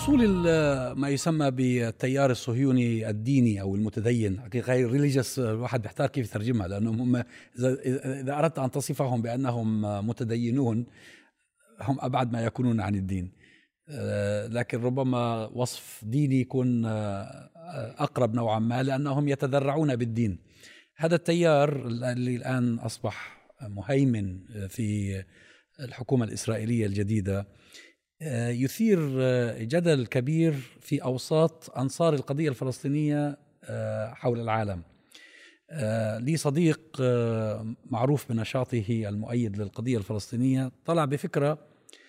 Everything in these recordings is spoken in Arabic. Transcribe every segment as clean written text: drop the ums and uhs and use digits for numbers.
أصول ما يسمى بالتيار الصهيوني الديني أو المتدين، حقيقة هي ريليجيوس، الواحد بيحتار كيف يترجمها، لأنهم هم إذا أردت أن تصفهم بأنهم متدينون هم أبعد ما يكونون عن الدين، لكن ربما وصف ديني يكون أقرب نوعا ما، لأنهم يتذرعون بالدين. هذا التيار اللي الآن أصبح مهيمن في الحكومة الإسرائيلية الجديدة يثير جدل كبير في أوساط أنصار القضية الفلسطينية حول العالم. لي صديق معروف بنشاطه المؤيد للقضية الفلسطينية طلع بفكرة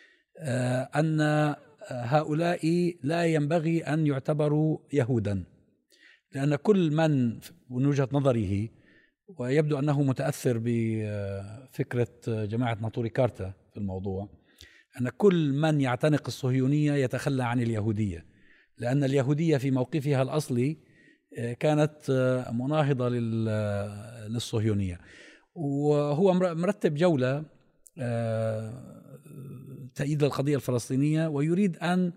أن هؤلاء لا ينبغي أن يعتبروا يهودا، لأن كل من من وجهة نظره، ويبدو أنه متأثر بفكرة جماعة ناطوري كارتا في الموضوع، أن كل من يعتنق الصهيونية يتخلى عن اليهودية، لأن اليهودية في موقفها الأصلي كانت مناهضة للصهيونية. وهو مرتب جولة تأييد القضية الفلسطينية ويريد أن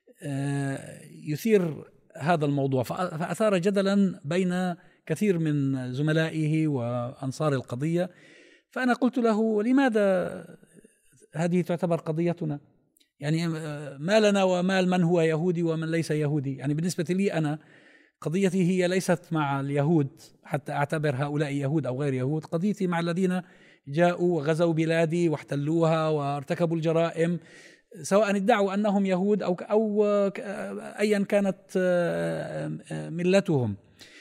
يثير هذا الموضوع، فأثار جدلا بين كثير من زملائه وأنصار القضية. فأنا قلت له: لماذا هذه تعتبر قضيتنا؟ يعني ما لنا ومال من هو يهودي ومن ليس يهودي؟ يعني بالنسبة لي أنا قضيتي هي ليست مع اليهود حتى أعتبر هؤلاء يهود أو غير يهود، قضيتي مع الذين جاءوا وغزوا بلادي واحتلوها وارتكبوا الجرائم، سواء ادعوا أنهم يهود أو أيا كانت ملتهم.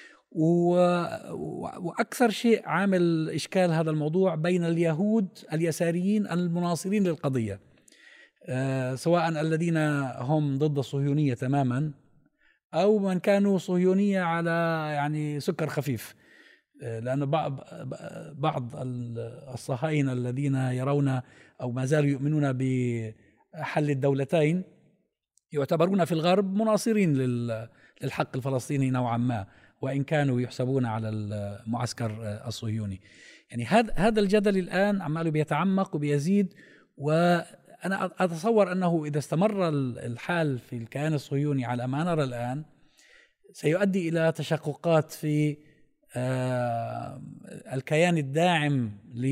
وأكثر شيء عامل إشكال هذا الموضوع بين اليهود اليساريين المناصرين للقضية، سواء الذين هم ضد الصهيونية تماما أو من كانوا صهيونية على يعني سكر خفيف، لأن بعض الصهاينة الذين يرون أو ما زالوا يؤمنون بحل الدولتين يعتبرون في الغرب مناصرين للحق الفلسطيني نوعا ما، وإن كانوا يحسبون على المعسكر الصهيوني. يعني هذا الجدل الآن عماله بيتعمق وبيزيد، وأنا أتصور أنه إذا استمر الحال في الكيان الصهيوني على ما نرى الآن سيؤدي إلى تشققات في الكيان الداعم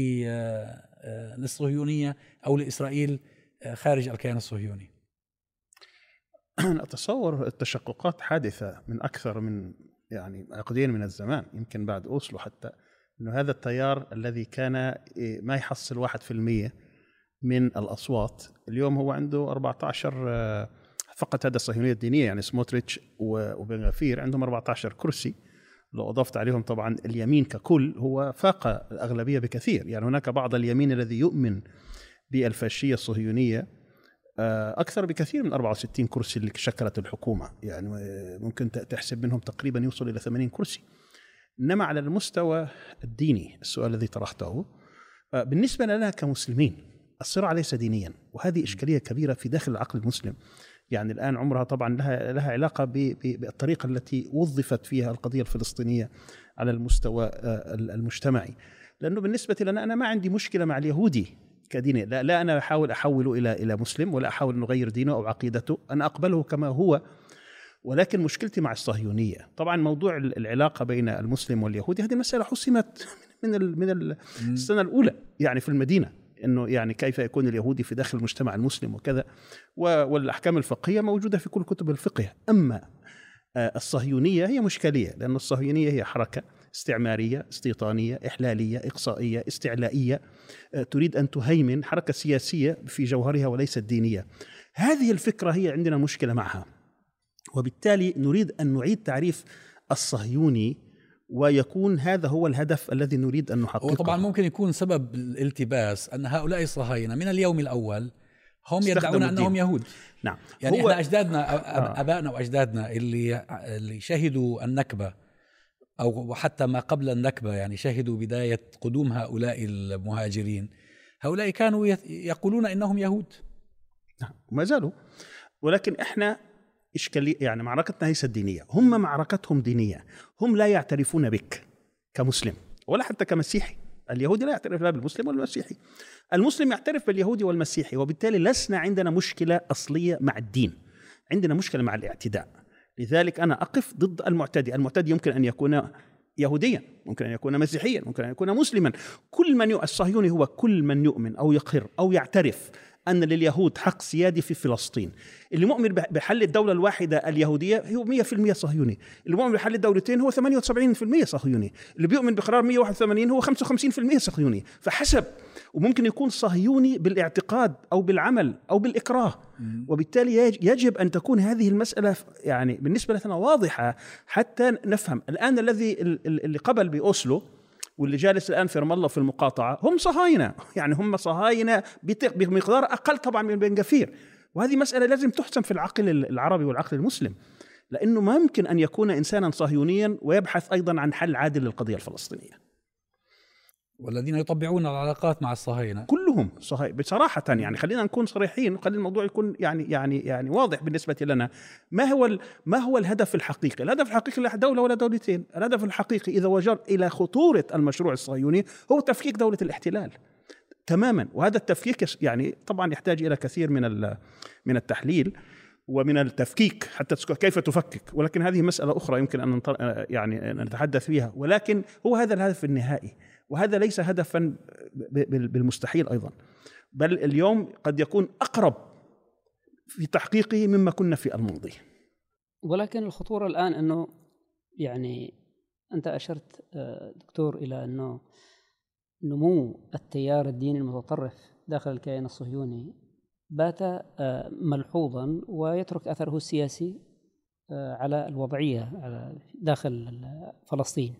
للصهيونية أو لإسرائيل خارج الكيان الصهيوني. أتصور التشققات حادثة من أكثر من يعني عقدين من الزمان، يمكن بعد أوسلو حتى، أنه هذا التيار الذي كان ما يحصل 1% من الأصوات اليوم هو عنده 14 فقط. هذا الصهيونية الدينية يعني سموتريتش وبن غفير عندهم 14 كرسي، لو أضفت عليهم طبعا اليمين ككل هو فاق الأغلبية بكثير. يعني هناك بعض اليمين الذي يؤمن بالفاشية الصهيونية أكثر بكثير من 64 كرسي اللي شكلت الحكومة، يعني ممكن تحسب منهم تقريبا يوصل إلى 80 كرسي. إنما على المستوى الديني السؤال الذي طرحته بالنسبة لنا كمسلمين الصراع ليس دينيا، وهذه إشكالية كبيرة في داخل العقل المسلم. يعني الآن عمرها طبعا لها علاقة بالطريقة التي وظفت فيها القضية الفلسطينية على المستوى المجتمعي. لأنه بالنسبة لنا أنا ما عندي مشكلة مع اليهودي كدينه، لا أنا أحاول أحوله إلى مسلم ولا أحاول أن أغير دينه أو عقيدته، أنا أقبله كما هو. ولكن مشكلتي مع الصهيونية طبعا موضوع العلاقة بين المسلم واليهودي، هذه المسألة حسمت من السنة الأولى يعني في المدينة، إنه يعني كيف يكون اليهودي في داخل المجتمع المسلم وكذا، والأحكام الفقهية موجودة في كل كتب الفقه. أما الصهيونية هي مشكلية، لأن الصهيونية هي حركة استعمارية استيطانية إحلالية إقصائية استعلائية تريد أن تهيمن، حركة سياسية في جوهرها وليست دينية. هذه الفكرة هي عندنا مشكلة معها، وبالتالي نريد أن نعيد تعريف الصهيوني ويكون هذا هو الهدف الذي نريد أن نحققه. وطبعا ممكن يكون سبب الالتباس أن هؤلاء الصهاينة من اليوم الأول هم يدعون أنهم يهود. نعم، يعني إحنا أجدادنا أبائنا وأجدادنا اللي شهدوا النكبة أو حتى ما قبل النكبة، يعني شهدوا بداية قدوم هؤلاء المهاجرين، هؤلاء كانوا يقولون إنهم يهود. نعم، وما زالوا. ولكن إحنا إشكالية، يعني معركتنا ليست دينية، هم معركتهم دينية. هم لا يعترفون بك كمسلم ولا حتى كمسيحي. اليهودي لا يعترف لا بالمسلم ولا المسيحي، المسلم يعترف باليهودي والمسيحي، وبالتالي لسنا عندنا مشكلة أصلية مع الدين. عندنا مشكلة مع الاعتداء. لذلك أنا أقف ضد المعتدي. المعتدي يمكن أن يكون يهوديا، ممكن أن يكون مسيحيا، ممكن أن يكون مسلما. كل من الصهيوني هو كل من يؤمن أو يقر أو يعترف أن لليهود حق سيادي في فلسطين. اللي مؤمن بحل الدولة الواحدة اليهودية هو 100% صهيوني، اللي مؤمن بحل الدولتين هو 78% صهيوني، اللي بيؤمن بقرار 181 هو 55% صهيوني. فحسب، وممكن يكون صهيوني بالاعتقاد أو بالعمل أو بالإكراه. وبالتالي يجب أن تكون هذه المسألة يعني بالنسبة لنا واضحة حتى نفهم. الآن اللي قبل بأوسلو واللي جالس الآن في رام الله في المقاطعة هم صهاينة، يعني هم صهاينة بمقدار أقل طبعا من بن غفير. وهذه مسألة لازم تحسم في العقل العربي والعقل المسلم، لأنه ما يمكن أن يكون إنسانا صهيونيا ويبحث أيضا عن حل عادل للقضية الفلسطينية. والذين يطبعون العلاقات مع الصهاينة كلهم صهاينة بصراحة. يعني خلينا نكون صريحين وخلي الموضوع يكون يعني واضح بالنسبة لنا. ما هو الهدف الحقيقي؟ الهدف الحقيقي لا دولة ولا دولتين. الهدف الحقيقي إذا وجرت إلى خطورة المشروع الصهيوني هو تفكيك دولة الاحتلال تماما. وهذا التفكيك يعني طبعا يحتاج إلى كثير من التحليل ومن التفكيك حتى كيف تفكك، ولكن هذه مسألة أخرى يمكن أن يعني نتحدث فيها. ولكن هو هذا الهدف النهائي، وهذا ليس هدفا بالمستحيل أيضا، بل اليوم قد يكون أقرب في تحقيقه مما كنا في الماضي. ولكن الخطورة الآن أنه يعني أنت أشرت دكتور إلى أنه نمو التيار الديني المتطرف داخل الكيان الصهيوني بات ملحوظا ويترك أثره السياسي على الوضعية داخل فلسطين.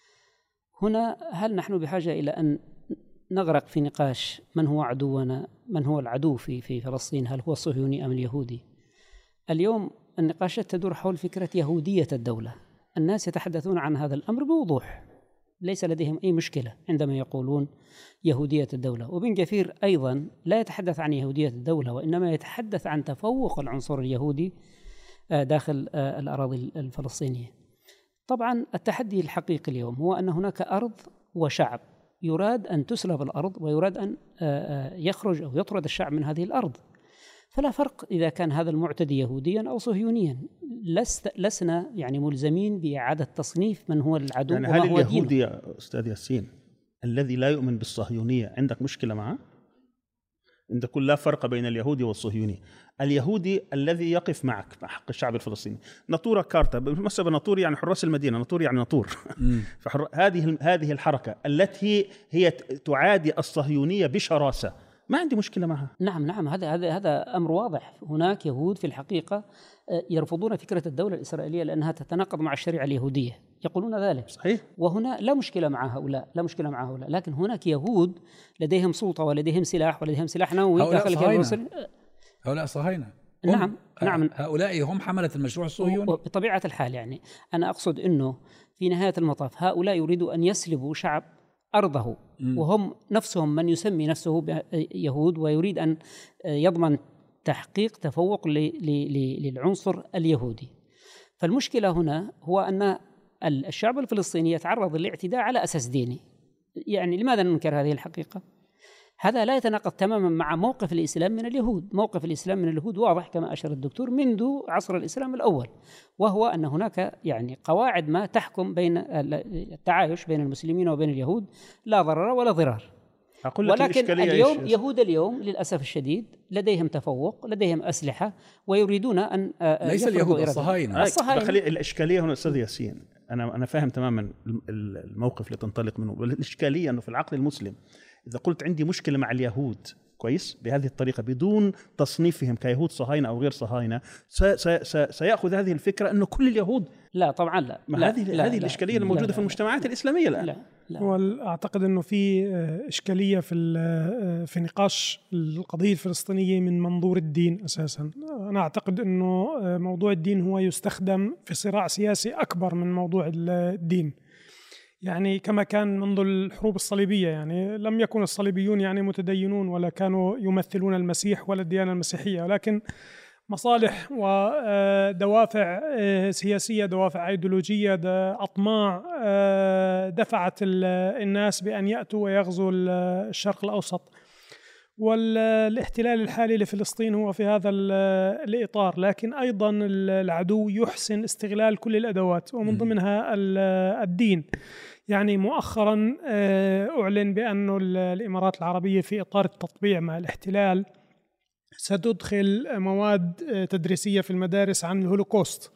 هنا هل نحن بحاجة إلى أن نغرق في نقاش من هو عدونا، من هو العدو في فلسطين، هل هو الصهيوني أم اليهودي؟ اليوم النقاشات تدور حول فكرة يهودية الدولة. الناس يتحدثون عن هذا الأمر بوضوح، ليس لديهم أي مشكلة عندما يقولون يهودية الدولة. وبن غفير أيضا لا يتحدث عن يهودية الدولة، وإنما يتحدث عن تفوق العنصر اليهودي داخل الأراضي الفلسطينية. طبعا التحدي الحقيقي اليوم هو أن هناك أرض وشعب يراد أن تسلب الأرض ويراد أن يخرج أو يطرد الشعب من هذه الأرض. فلا فرق إذا كان هذا المعتدي يهوديا أو صهيونيا. لسنا يعني ملزمين بإعادة تصنيف من هو العدو يعني وما هو دينه. هل اليهودي يا أستاذ ياسين الذي لا يؤمن بالصهيونية عندك مشكلة معه؟ أنت تقول لا فرق بين اليهودي والصهيوني. اليهودي الذي يقف معك مع حق الشعب الفلسطيني. ناطور كارتا بالمناسبة، ناطور يعني حراس المدينة، ناطور يعني ناطور. هذه الحركة التي هي تعادي الصهيونية بشراسة ما عندي مشكلة معها. نعم هذا أمر واضح. هناك يهود في الحقيقة يرفضون فكرة الدولة الإسرائيلية لأنها تتناقض مع الشريعة اليهودية، يقولون ذلك. صحيح. وهنا لا مشكلة مع هؤلاء، لكن هناك يهود لديهم سلطة ولديهم سلاح نووي داخل الكيان. هؤلاء صهاينة. نعم هؤلاء هم حملة المشروع الصهيوني بطبيعة الحال. يعني أنا أقصد أنه في نهاية المطاف هؤلاء يريدوا أن يسلبوا شعب أرضه، وهم نفسهم من يسمي نفسه يهود ويريد أن يضمن تحقيق تفوق للعنصر اليهودي. فالمشكلة هنا هو أن الشعب الفلسطيني يتعرض للاعتداء على أساس ديني. يعني لماذا ننكر هذه الحقيقة؟ هذا لا يتناقض تماما مع موقف الإسلام من اليهود. موقف الإسلام من اليهود واضح كما أشار الدكتور منذ عصر الإسلام الأول، وهو أن هناك يعني قواعد ما تحكم بين التعايش بين المسلمين وبين اليهود، لا ضرر ولا ضرار. ولكن اليوم يهود اليوم للأسف الشديد لديهم تفوق، لديهم أسلحة، ويريدون أن ليس اليهود الصهاينة. الإشكالية هنا أستاذ ياسين، أنا فاهم تماما الموقف اللي تنطلق منه. الإشكالية أنه في العقل المسلم إذا قلت عندي مشكلة مع اليهود كويس بهذه الطريقة بدون تصنيفهم كيهود صهاينة أو غير صهاينة، سيأخذ هذه الفكرة أنه كل اليهود. لا طبعا لا. هذه الإشكالية الموجودة في المجتمعات الإسلامية الآن. لا. وأعتقد أنه في إشكالية في نقاش القضية الفلسطينية من منظور الدين أساسا. أنا أعتقد أنه موضوع الدين هو يستخدم في صراع سياسي أكبر من موضوع الدين. يعني كما كان منذ الحروب الصليبية، يعني لم يكن الصليبيون يعني متدينون ولا كانوا يمثلون المسيح ولا الديانة المسيحية، ولكن مصالح ودوافع سياسية، دوافع أيديولوجية، أطماع دفعت الناس بأن يأتوا ويغزوا الشرق الأوسط. والاحتلال الحالي لفلسطين هو في هذا الإطار، لكن أيضا العدو يحسن استغلال كل الأدوات ومن ضمنها الدين. يعني مؤخرا أعلن بأن الإمارات العربية في إطار التطبيع مع الاحتلال ستدخل مواد تدريسية في المدارس عن الهولوكوست.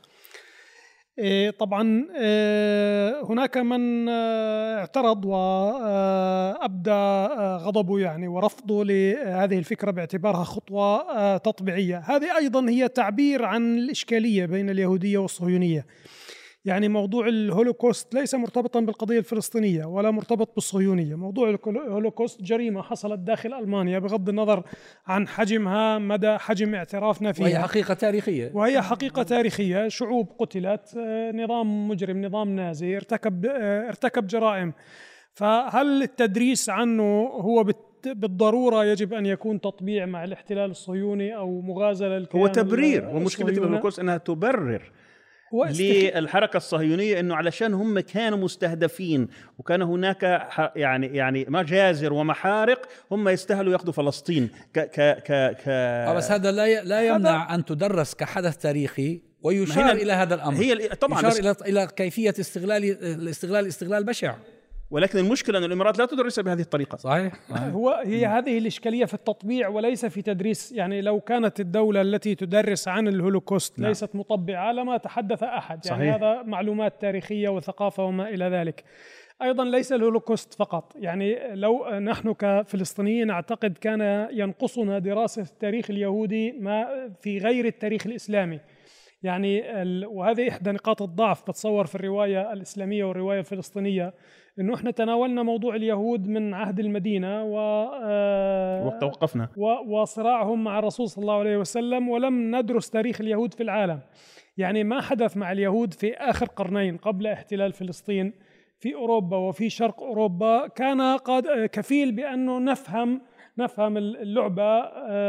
طبعا هناك من اعترض وأبدى غضبه يعني ورفضه لهذه الفكرة باعتبارها خطوة تطبيعية. هذه أيضا هي تعبير عن الإشكالية بين اليهودية والصهيونية. يعني موضوع الهولوكوست ليس مرتبطا بالقضية الفلسطينية ولا مرتبط بالصهيونية. موضوع الهولوكوست جريمة حصلت داخل ألمانيا بغض النظر عن حجمها، مدى حجم اعترافنا فيها، وهي حقيقة تاريخية. شعوب قتلت، نظام مجرم، نظام نازي ارتكب جرائم. فهل التدريس عنه هو بالضرورة يجب أن يكون تطبيع مع الاحتلال الصهيوني أو مغازلة الكيان؟ هو تبرير، ومشكلة الهولوكوست أنها تبرر للحركة الصهيونية أنه علشان هم كانوا مستهدفين وكان هناك يعني مجازر ومحارق، هم يستاهلوا يأخذوا فلسطين بس هذا لا يمنع أن تدرس كحدث تاريخي ويشار إلى هذا الأمر. طبعا يشار إلى كيفية استغلال بشع. ولكن المشكلة أن الإمارات لا تدرسها بهذه الطريقة. صحيح. هي هذه الإشكالية في التطبيع وليس في تدريس. يعني لو كانت الدولة التي تدرس عن الهولوكوست ليست مطبعة لما تحدث أحد. يعني صحيح. هذا معلومات تاريخية وثقافة وما إلى ذلك. أيضا ليس الهولوكوست فقط. يعني لو نحن كفلسطينيين أعتقد كان ينقصنا دراسة التاريخ اليهودي ما في غير التاريخ الإسلامي. يعني وهذه إحدى نقاط الضعف بتصور في الرواية الإسلامية والرواية الفلسطينية، إنه إحنا تناولنا موضوع اليهود من عهد المدينة وقت وقفنا وصراعهم مع الرسول صلى الله عليه وسلم، ولم ندرس تاريخ اليهود في العالم. يعني ما حدث مع اليهود في آخر قرنين قبل احتلال فلسطين في أوروبا وفي شرق أوروبا كان كفيل بأنه نفهم اللعبة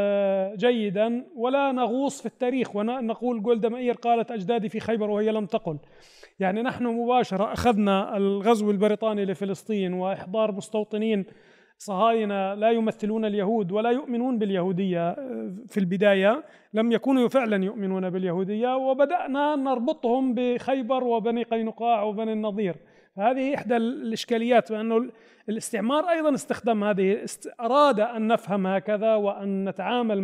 جيدا ولا نغوص في التاريخ ونقول جولدا مائير قالت أجدادي في خيبر وهي لم تقل. يعني نحن مباشرة أخذنا الغزو البريطاني لفلسطين وإحضار مستوطنين صهاينة لا يمثلون اليهود ولا يؤمنون باليهودية في البداية، لم يكونوا فعلا يؤمنون باليهودية، وبدأنا نربطهم بخيبر وبني قينقاع وبني النضير. فهذه إحدى الإشكاليات، وأنه الاستعمار أيضا استخدم هذه، أراد أن نفهم هكذا وأن نتعامل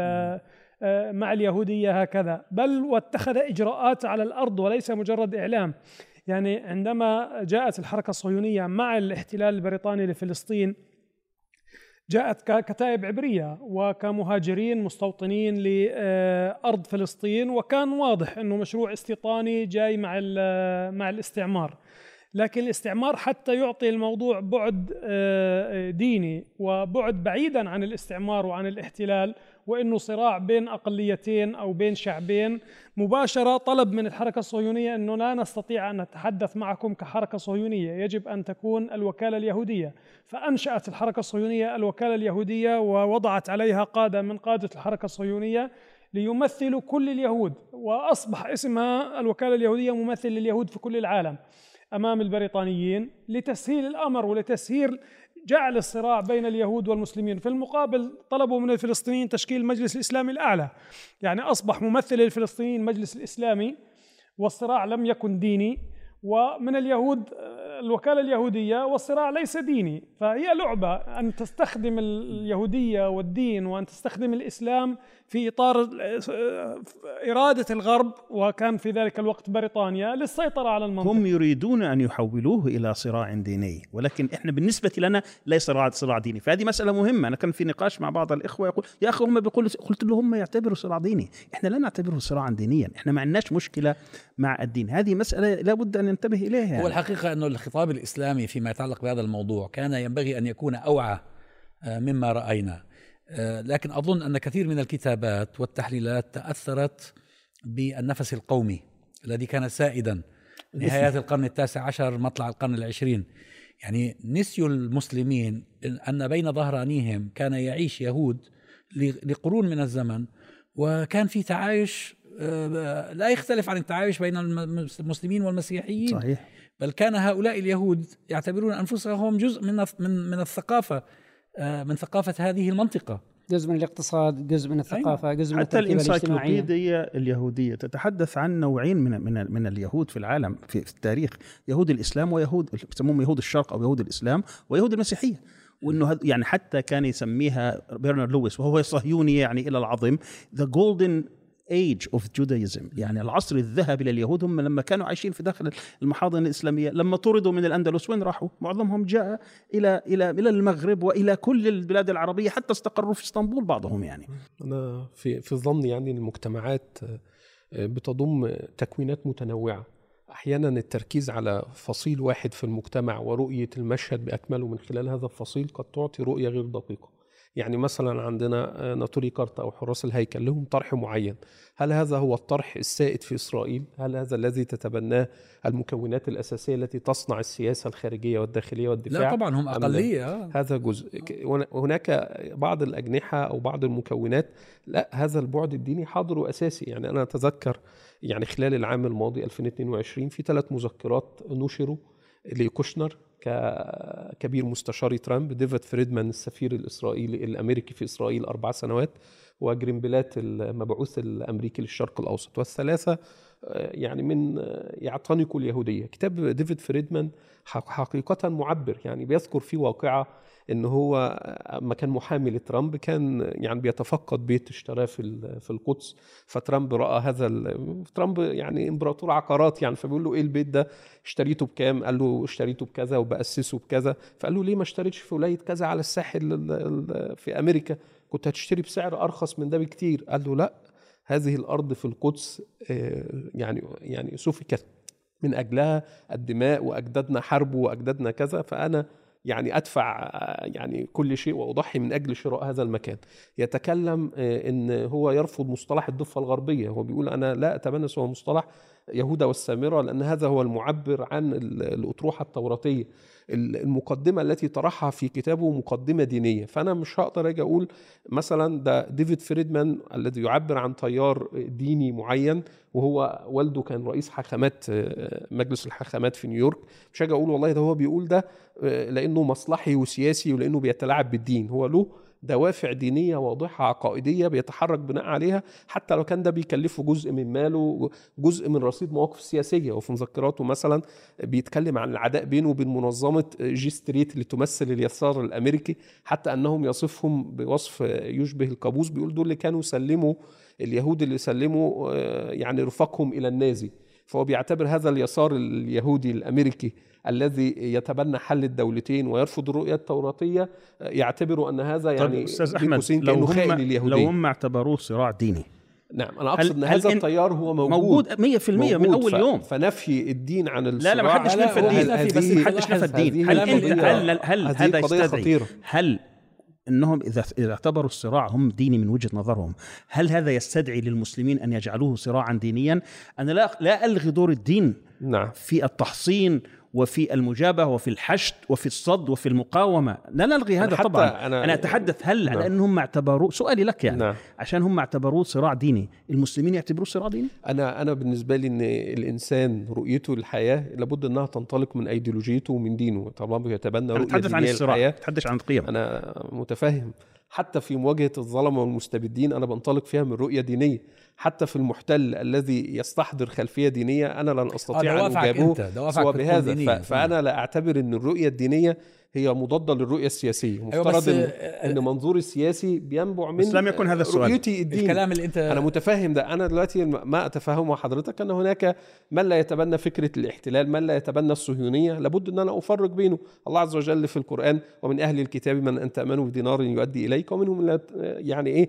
مع اليهودية هكذا، بل واتخذ إجراءات على الأرض وليس مجرد إعلام. يعني عندما جاءت الحركة الصهيونية مع الاحتلال البريطاني لفلسطين جاءت ككتائب عبرية وكمهاجرين مستوطنين لأرض فلسطين، وكان واضح أنه مشروع استيطاني جاي مع الاستعمار. لكن الاستعمار حتى يعطي الموضوع بعد ديني وبعد بعيدا عن الاستعمار وعن الاحتلال، وإنه صراع بين أقليتين أو بين شعبين، مباشرة طلب من الحركة الصهيونية أنه لا نستطيع أن نتحدث معكم كحركة صهيونية، يجب أن تكون الوكالة اليهودية. فأنشأت الحركة الصهيونية الوكالة اليهودية ووضعت عليها قادة من قادة الحركة الصهيونية ليمثلوا كل اليهود، وأصبح اسمها الوكالة اليهودية ممثل لليهود في كل العالم أمام البريطانيين لتسهيل الأمر ولتسهيل جعل الصراع بين اليهود والمسلمين. في المقابل طلبوا من الفلسطينيين تشكيل المجلس الإسلامي الأعلى، يعني أصبح ممثل للفلسطينيين المجلس الإسلامي، والصراع لم يكن ديني، ومن اليهود الوكالة اليهودية والصراع ليس ديني. فهي لعبة أن تستخدم اليهودية والدين وأن تستخدم الإسلام في إطار إرادة الغرب، وكان في ذلك الوقت بريطانيا، للسيطرة على المنطقة. هم يريدون أن يحولوه إلى صراع ديني، ولكن إحنا بالنسبة لنا ليس صراع ديني. فهذه مسألة مهمة. أنا كان في نقاش مع بعض الإخوة يقول يا أخي هم بيقول، قلت له هم يعتبروا صراع ديني، إحنا لا نعتبره صراعا دينيا، إحنا ما عندناش مشكلة مع الدين. هذه مسألة لابد أن ننتبه إليها. يعني. هو الحقيقة أنه الخطاب الإسلامي فيما يتعلق بهذا الموضوع كان ينبغي أن يكون أوعى مما رأينا، لكن أظن أن كثير من الكتابات والتحليلات تأثرت بالنفس القومي الذي كان سائدا نهايات القرن 19 مطلع القرن 20. يعني نسيوا المسلمين أن بين ظهرانيهم كان يعيش يهود لقرون من الزمن، وكان في تعايش لا يختلف عن التعايش بين المسلمين والمسيحيين. صحيح. بل كان هؤلاء اليهود يعتبرون أنفسهم جزء من الثقافة من ثقافة هذه المنطقة، جزء من الاقتصاد، جزء من الثقافة، جزء من حتى التركيبة الاجتماعية. الانسايكلوبيدية اليهودية تتحدث عن نوعين من اليهود في العالم في التاريخ: يهود الإسلام ويهود يسموهم يهود الشرق أو يهود الإسلام ويهود المسيحية. وإنه يعني حتى كان يسميها برنارد لويس وهو صهيوني يعني إلى العظم the golden age of Judaism، يعني العصر الذهبي لليهود هم لما كانوا عايشين في داخل المحاضن الإسلامية. لما طردوا من الأندلس وين راحوا؟ معظمهم جاء إلى المغرب وإلى كل البلاد العربية، حتى استقروا في اسطنبول بعضهم. يعني أنا في ظني يعني المجتمعات بتضم تكوينات متنوعة. أحيانا التركيز على فصيل واحد في المجتمع ورؤية المشهد بأكمله من خلال هذا الفصيل قد تعطي رؤية غير دقيقة. يعني مثلا عندنا ناتوري كارتا أو حراس الهيكل لهم طرح معين. هل هذا هو الطرح السائد في إسرائيل؟ هل هذا الذي تتبناه المكونات الأساسية التي تصنع السياسة الخارجية والداخلية والدفاع؟ لا طبعا هم أقلية. هذا جزء. هناك بعض الأجنحة أو بعض المكونات لا، هذا البعد الديني حاضر وأساسي. يعني أنا أتذكر يعني خلال العام الماضي 2022 في 3 مذكرات نشروا لكوشنر ككبير مستشاري ترامب، ديفيد فريدمان السفير الإسرائيلي الأمريكي في إسرائيل 4 سنوات، وجرينبلات المبعوث الأمريكي للشرق الأوسط، والثلاثة يعني من يعتنقوا اليهودية. كتاب ديفيد فريدمان حقيقة معبر، يعني بيذكر فيه واقعة إن هو ما كان محامي لترامب كان يعني بيتفقد بيت اشتراه في القدس، فترامب رأى هذا ترامب يعني إمبراطور عقارات يعني، فبيقول له إيه البيت ده اشتريته بكام؟ قال له اشتريته بكذا وبأسسه بكذا. فقال له ليه ما اشتريتش في ولاية كذا على الساحل في أمريكا؟ كنت هتشتري بسعر أرخص من ده بكتير. قال له لا، هذه الأرض في القدس يعني سفكت من أجلها الدماء، وأجدادنا حربوا وأجدادنا كذا، فأنا يعني أدفع يعني كل شيء وأضحي من أجل شراء هذا المكان. يتكلم إن هو يرفض مصطلح الضفة الغربية، هو بيقول أنا لا أتبنى سوى مصطلح يهوذا والسامرة، لأن هذا هو المعبر عن الأطروحة التوراتية. المقدمة التي طرحها في كتابه مقدمة دينية. فأنا مش هقدر أجي أقول مثلا ده ديفيد فريدمان الذي يعبر عن تيار ديني معين، وهو والده كان رئيس حاخامات مجلس الحاخامات في نيويورك، مش هاجي أقول والله ده هو بيقول ده لأنه مصلحي وسياسي ولأنه بيتلاعب بالدين. هو له دوافع دينية واضحة عقائدية بيتحرك بناء عليها، حتى لو كان ده بيكلفه جزء من ماله، جزء من رصيد مواقف سياسية. وفي مذكراته مثلا بيتكلم عن العداء بينه وبين منظمة جي ستريت اللي تمثل اليسار الأمريكي، حتى أنهم يصفهم بوصف يشبه الكابوس. بيقول دول اللي كانوا يسلموا اليهود اللي سلموا يعني رفاقهم إلى النازي. فهو بيعتبر هذا اليسار اليهودي الأمريكي الذي يتبنى حل الدولتين ويرفض الرؤية التوراتية، يعتبر أن هذا يعني أستاذ أحمد لو هم اعتبروه صراع ديني. نعم، أنا أقصد أن هذا التيار هو موجود 100% من أول يوم. فنفي الدين عن الصراع. لا ما حدش نفى الدين، بس ما حدش نفى الدين. هل هذا يستدعي، هل إنهم إذا اعتبروا الصراع هم ديني من وجهة نظرهم، هل هذا يستدعي للمسلمين أن يجعلوه صراعا دينيا؟ أنا لا ألغي دور الدين في التحصين وفي المجابهة وفي الحشد وفي الصد وفي المقاومة، لا نلغي هذا طبعا. أنا أتحدث هل على أنهم اعتبروه، سؤالي لك يعني عشان هم اعتبروه صراع ديني، المسلمين يعتبروه صراع ديني؟ أنا بالنسبة لي أن الإنسان رؤيته للحياة لابد أنها تنطلق من أيديولوجيته ومن دينه. طبعا يتبنى رؤية دينية عن الصراع، تحدث عن القيم. أنا متفهم. حتى في مواجهة الظلمة والمستبدين أنا بنطلق فيها من رؤية دينية. حتى في المحتل الذي يستحضر خلفية دينية أنا لن أستطيع أن أجابه سوى بهذا. فأنا لا أعتبر أن الرؤية الدينية هي مضادة للرؤية السياسية. مفترض أن منظور السياسي بينبع من لم يكن هذا السؤال. رؤيتي الدين. الكلام اللي أنت أنا متفهم ده. أنا دلوقتي ما أتفهم مع حضرتك أن هناك من لا يتبنى فكرة الاحتلال، من لا يتبنى الصهيونية، لابد أن أنا أفرق بينه. الله عز وجل في القرآن ومن أهل الكتاب من أن تأمنوا بدينار يؤدي إليك ومنهم لا يعني إيه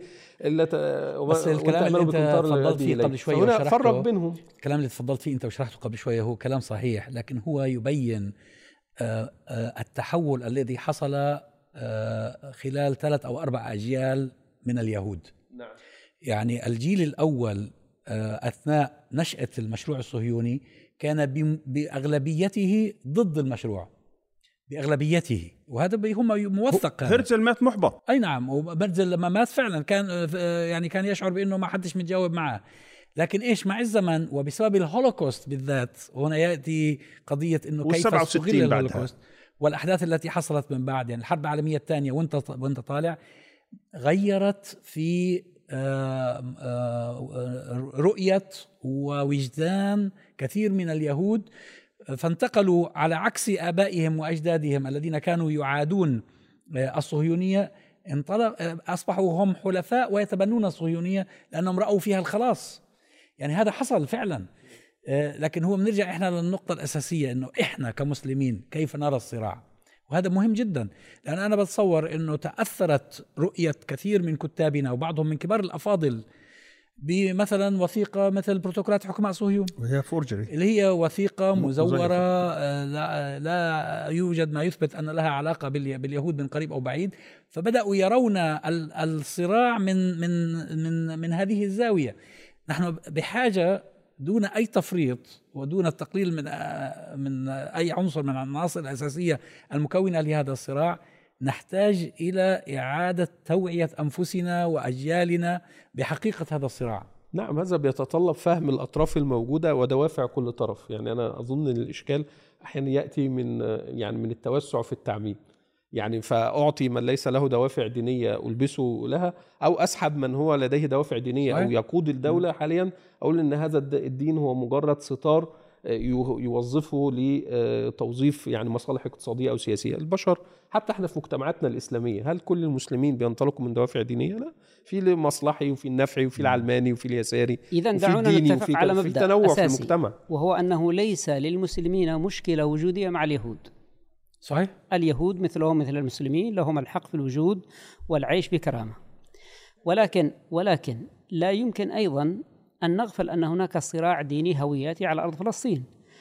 بس الكلام اللي أنت تفضلت فيه قبل شوية وشرحته، فرق بينهم. الكلام اللي تفضلت فيه أنت وشرحته قبل شوية هو كلام صحيح، لكن هو يبين التحول الذي حصل خلال 3 أو 4 أجيال من اليهود. نعم. يعني الجيل الأول أثناء نشأة المشروع الصهيوني كان بأغلبيته ضد المشروع، بأغلبيته، وهذا هم موثق. هرتزل مات محبط. أي نعم، وهرتزل لما مات فعلا كان يشعر بأنه ما حدش متجاوب معه. لكن إيش مع الزمن وبسبب الهولوكوست بالذات، هنا يأتي قضية إنه كيف استغل الهولوكوست، والأحداث التي حصلت من بعد، يعني الحرب العالمية الثانية وانت طالع، غيرت في رؤية ووجدان كثير من اليهود، فانتقلوا على عكس آبائهم وأجدادهم الذين كانوا يعادون الصهيونية، أصبحوا هم حلفاء ويتبنون الصهيونية لأنهم رأوا فيها الخلاص. يعني هذا حصل فعلا. لكن هو بنرجع إحنا للنقطة الأساسية، إنه إحنا كمسلمين كيف نرى الصراع، وهذا مهم جدا. لأن أنا بتصور إنه تأثرت رؤية كثير من كتابنا وبعضهم من كبار الأفاضل بمثلا وثيقة مثل بروتوكولات حكماء صهيون، وهي فورجري، اللي هي وثيقة مزورة لا يوجد ما يثبت أن لها علاقة باليهود من قريب أو بعيد. فبدأوا يرون الصراع من هذه الزاوية. نحن بحاجة دون أي تفريط ودون التقليل من أي عنصر من العناصر الأساسية المكونة لهذا الصراع، نحتاج إلى إعادة توعية أنفسنا وأجيالنا بحقيقة هذا الصراع. نعم، هذا بيتطلب فهم الأطراف الموجودة ودوافع كل طرف. يعني أنا أظن أن الإشكال أحيانا يأتي من التوسع في التعميم، يعني فأعطي من ليس له دوافع دينية ألبسه لها، أو أسحب من هو لديه دوافع دينية أو يقود الدولة حاليا، أقول أن هذا الدين هو مجرد ستار يوظفه لتوظيف يعني مصالح اقتصادية أو سياسية. البشر حتى احنا في مجتمعاتنا الإسلامية، هل كل المسلمين بينطلقوا من دوافع دينية؟ لا، في المصلحي وفي النفعي وفي العلماني وفي اليساري. إذن دعونا نتفق على مبدأ تنوع أساسي في المجتمع، وهو أنه ليس للمسلمين مشكلة وجودية مع اليهود. صحيح، اليهود مثلهم مثل المسلمين، لهم الحق في الوجود والعيش بكرامة. ولكن لا يمكن أيضا أن نغفل أن هناك صراع ديني هوياتي على أرض فلسطين.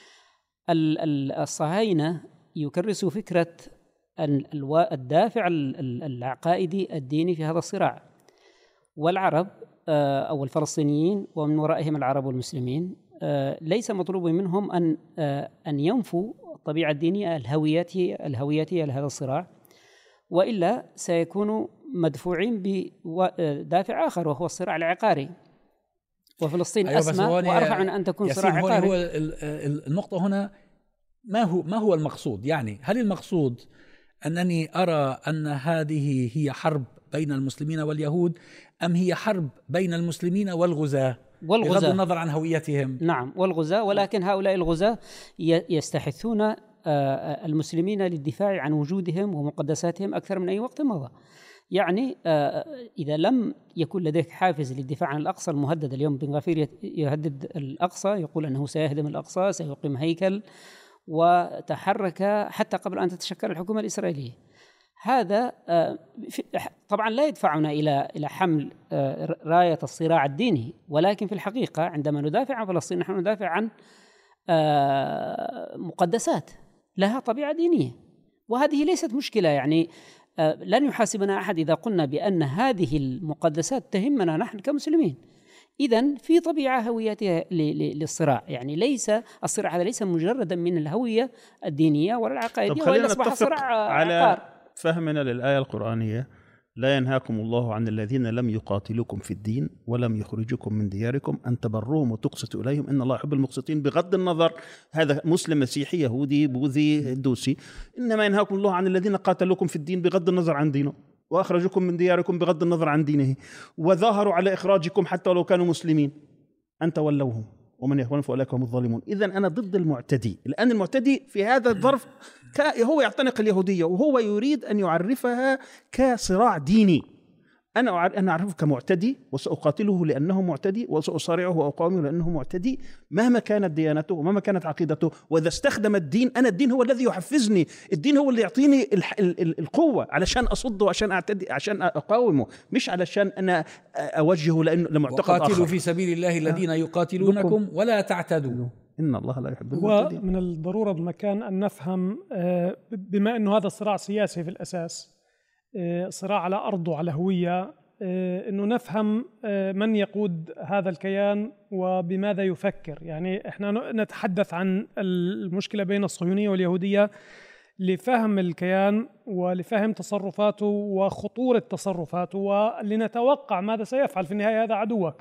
الصهاينة يكرسوا فكرة الدافع العقائدي الديني في هذا الصراع، والعرب أو الفلسطينيين ومن ورائهم العرب والمسلمين ليس مطلوب منهم أن ينفوا الطبيعة الدينية الهوياتية لهذا الصراع، وإلا سيكونوا مدفوعين بدافع آخر وهو الصراع العقاري. وفلسطين أسمى وأرفع من أن تكون صراع عقاري. هو النقطة هنا ما هو المقصود؟ يعني هل المقصود أنني أرى أن هذه هي حرب بين المسلمين واليهود، أم هي حرب بين المسلمين والغزاة بغض النظر عن هويتهم؟ نعم، والغزاة، ولكن هؤلاء الغزاة يستحثون المسلمين للدفاع عن وجودهم ومقدساتهم أكثر من أي وقت مضى. يعني إذا لم يكن لديك حافز للدفاع عن الأقصى المهدد، اليوم بن غفير يهدد الأقصى، يقول أنه سيهدم الأقصى، سيقيم هيكل، وتحرك حتى قبل أن تتشكل الحكومة الإسرائيلية. هذا طبعا لا يدفعنا إلى حمل راية الصراع الديني، ولكن في الحقيقة عندما ندافع عن فلسطين نحن ندافع عن مقدسات لها طبيعة دينية، وهذه ليست مشكلة. يعني لن يحاسبنا أحد إذا قلنا بأن هذه المقدسات تهمنا نحن كمسلمين. إذن في طبيعة هوياتها للصراع، يعني ليس الصراع هذا ليس مجردا من الهوية الدينية ولا العقائدية، وإلا أصبح صراع على فهمنا للآية القرآنية: لا ينهاكم الله عن الذين لم يقاتلوكم في الدين ولم يخرجوكم من دياركم أن تبروهم وتقسطوا إليهم إن الله يحب المقسطين. بغض النظر هذا مسلم مسيحي يهودي بوذي هندوسي، إنما ينهاكم الله عن الذين قاتلوكم في الدين بغض النظر عن دينه، وأخرجوكم من دياركم بغض النظر عن دينه، وظاهروا على إخراجكم حتى لو كانوا مسلمين أن تولوهم ومن يخون فأولئك هم الظالمون. إذن أنا ضد المعتدي، لأن المعتدي في هذا الظرف هو يعتنق اليهودية وهو يريد أن يعرفها كصراع ديني. أنا أعرفه كمعتدي وسأقاتله لأنه معتدي، وسأصارعه وأقاومه لأنه معتدي مهما كانت ديانته ومهما كانت عقيدته. وإذا استخدم الدين، أنا الدين هو الذي يحفزني، الدين هو اللي يعطيني القوة علشان أصد وعشان أعتدي، عشان أقاومه، مش علشان أنا أوجهه لمعتقد آخر. وقاتلوا في سبيل الله الذين يقاتلونكم ولا تعتدوا إن الله لا يحب المعتدين. ومن الضرورة بمكان أن نفهم، بما أنه هذا صراع سياسي في الأساس، صراع على أرض وعلى هوية، أنه نفهم من يقود هذا الكيان وبماذا يفكر. يعني إحنا نتحدث عن المشكلة بين الصهيونية واليهودية لفهم الكيان ولفهم تصرفاته وخطورة تصرفاته، ولنتوقع ماذا سيفعل. في النهاية هذا عدوك،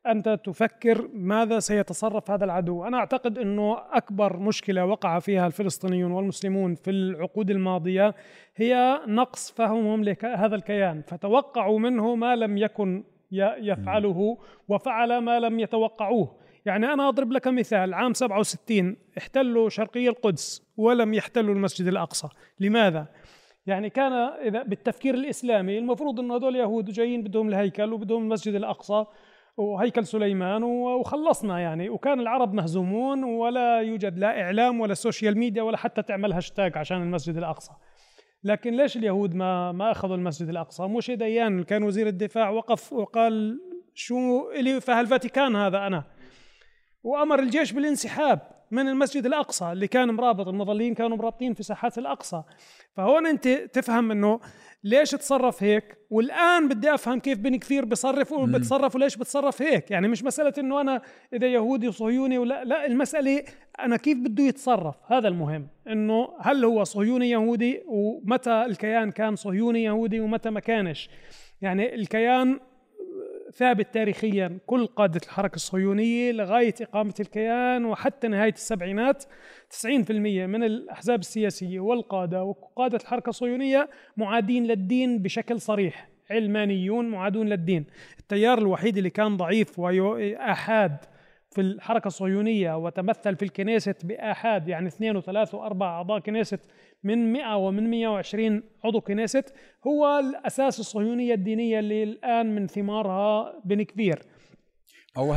أنت تفكر ماذا سيتصرف هذا العدو. أنا أعتقد أنه أكبر مشكلة وقع فيها الفلسطينيون والمسلمون في العقود الماضية هي نقص فهمهم لهذا الكيان، فتوقعوا منه ما لم يكن يفعله وفعل ما لم يتوقعوه. يعني أنا أضرب لك مثال، عام 67 احتلوا شرقي القدس ولم يحتلوا المسجد الأقصى. لماذا؟ يعني كان إذا بالتفكير الإسلامي المفروض أن هذول يهود جايين بدهم الهيكل وبدهم المسجد الأقصى وهيكل سليمان وخلصنا يعني، وكان العرب مهزومون ولا يوجد لا إعلام ولا سوشيال ميديا ولا حتى تعمل هاشتاج عشان المسجد الأقصى. لكن ليش اليهود ما أخذوا المسجد الأقصى؟ موشي ديان كان وزير الدفاع وقف وقال شو إلي فهالفاتيكان هذا أنا، وأمر الجيش بالانسحاب من المسجد الأقصى اللي كان مرابط، المظليين كانوا مرابطين في ساحات الأقصى. فهون أنت تفهم أنه ليش تصرف هيك، والآن بدي أفهم كيف بن كثير بتصرف وليش بتصرف هيك. يعني مش مسألة أنه أنا إذا يهودي وصهيوني ولا لا، المسألة أنا كيف بده يتصرف. هذا المهم، أنه هل هو صهيوني يهودي، ومتى الكيان كان صهيوني يهودي ومتى ما كانش. يعني الكيان ثابت تاريخيا، كل قادة الحركة الصهيونية لغاية إقامة الكيان وحتى نهاية السبعينات 90% من الأحزاب السياسية والقادة وقادة الحركة الصهيونية معادين للدين بشكل صريح، علمانيون معادون للدين. التيار الوحيد اللي كان ضعيف وآحاد في الحركة الصهيونية وتمثل في الكنيسة بآحاد، يعني 2 و3 و4 أعضاء كنيسة من 100 ومن 120 عضو كنيسة، هو الأساس الصهيونية الدينية اللي الآن من ثمارها بنكفير. أو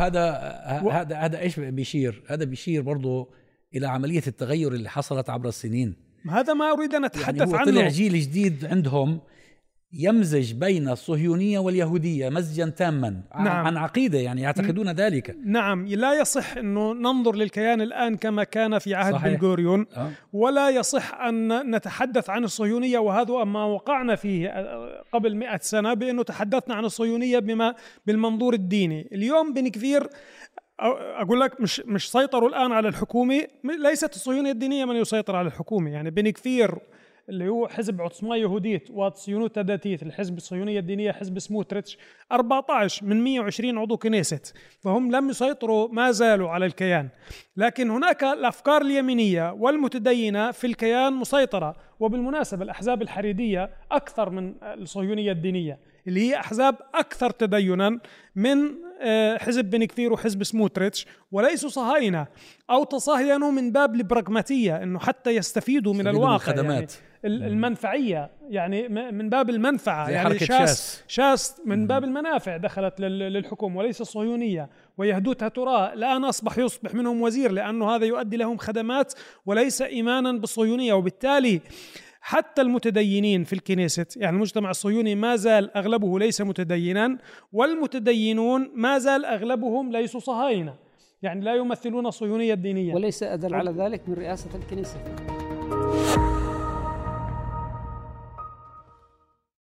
هذا إيش بيشير؟ هذا بيشير برضو إلى عملية التغير اللي حصلت عبر السنين. هذا ما أريد أن أتحدث يعني عنه. طلع جيل جديد عندهم يمزج بين الصهيونية واليهودية مزجا تاما. نعم. عن عقيدة، يعني يعتقدون ذلك. نعم، لا يصح أنه ننظر للكيان الآن كما كان في عهد بن غوريون، ولا يصح أن نتحدث عن الصهيونية وهذا ما وقعنا فيه قبل 100 سنة، بأنه تحدثنا عن الصهيونية بالمنظور الديني. اليوم بن كثير أقول لك مش سيطروا الآن على الحكومة، ليست الصهيونية الدينية من يسيطر على الحكومة. يعني بن كثير اللي هو حزب عصمة يهوديت وصيونوت داتيت، الحزب الصهيونية الدينية، حزب سموتريتش، 14 من 120 عضو كنيسة، فهم لم يسيطروا، ما زالوا على الكيان. لكن هناك الأفكار اليمينية والمتدينة في الكيان مسيطرة. وبالمناسبة الأحزاب الحريدية أكثر من الصهيونية الدينية، اللي هي أحزاب أكثر تدينا من حزب بن كثير وحزب سموتريتش، وليسوا صهاينة أو تصهينوا من باب البراغماتية، إنه حتى يستفيدوا من الواقع، يعني المنفعية، يعني من باب المنفعة، يعني شاس من باب المنافع دخلت للحكم وليس الصهيونية. ويهدوتها ترى الآن يصبح منهم وزير، لأنه هذا يؤدي لهم خدمات وليس إيمانا بالصهيونية. وبالتالي حتى المتدينين في الكنيسة، يعني المجتمع الصهيوني ما زال أغلبه ليس متدينا، والمتدينون ما زال أغلبهم ليسوا صهاينة، يعني لا يمثلون الصهيونية الدينية. وليس أدل على ذلك من رئاسة الكنيسة.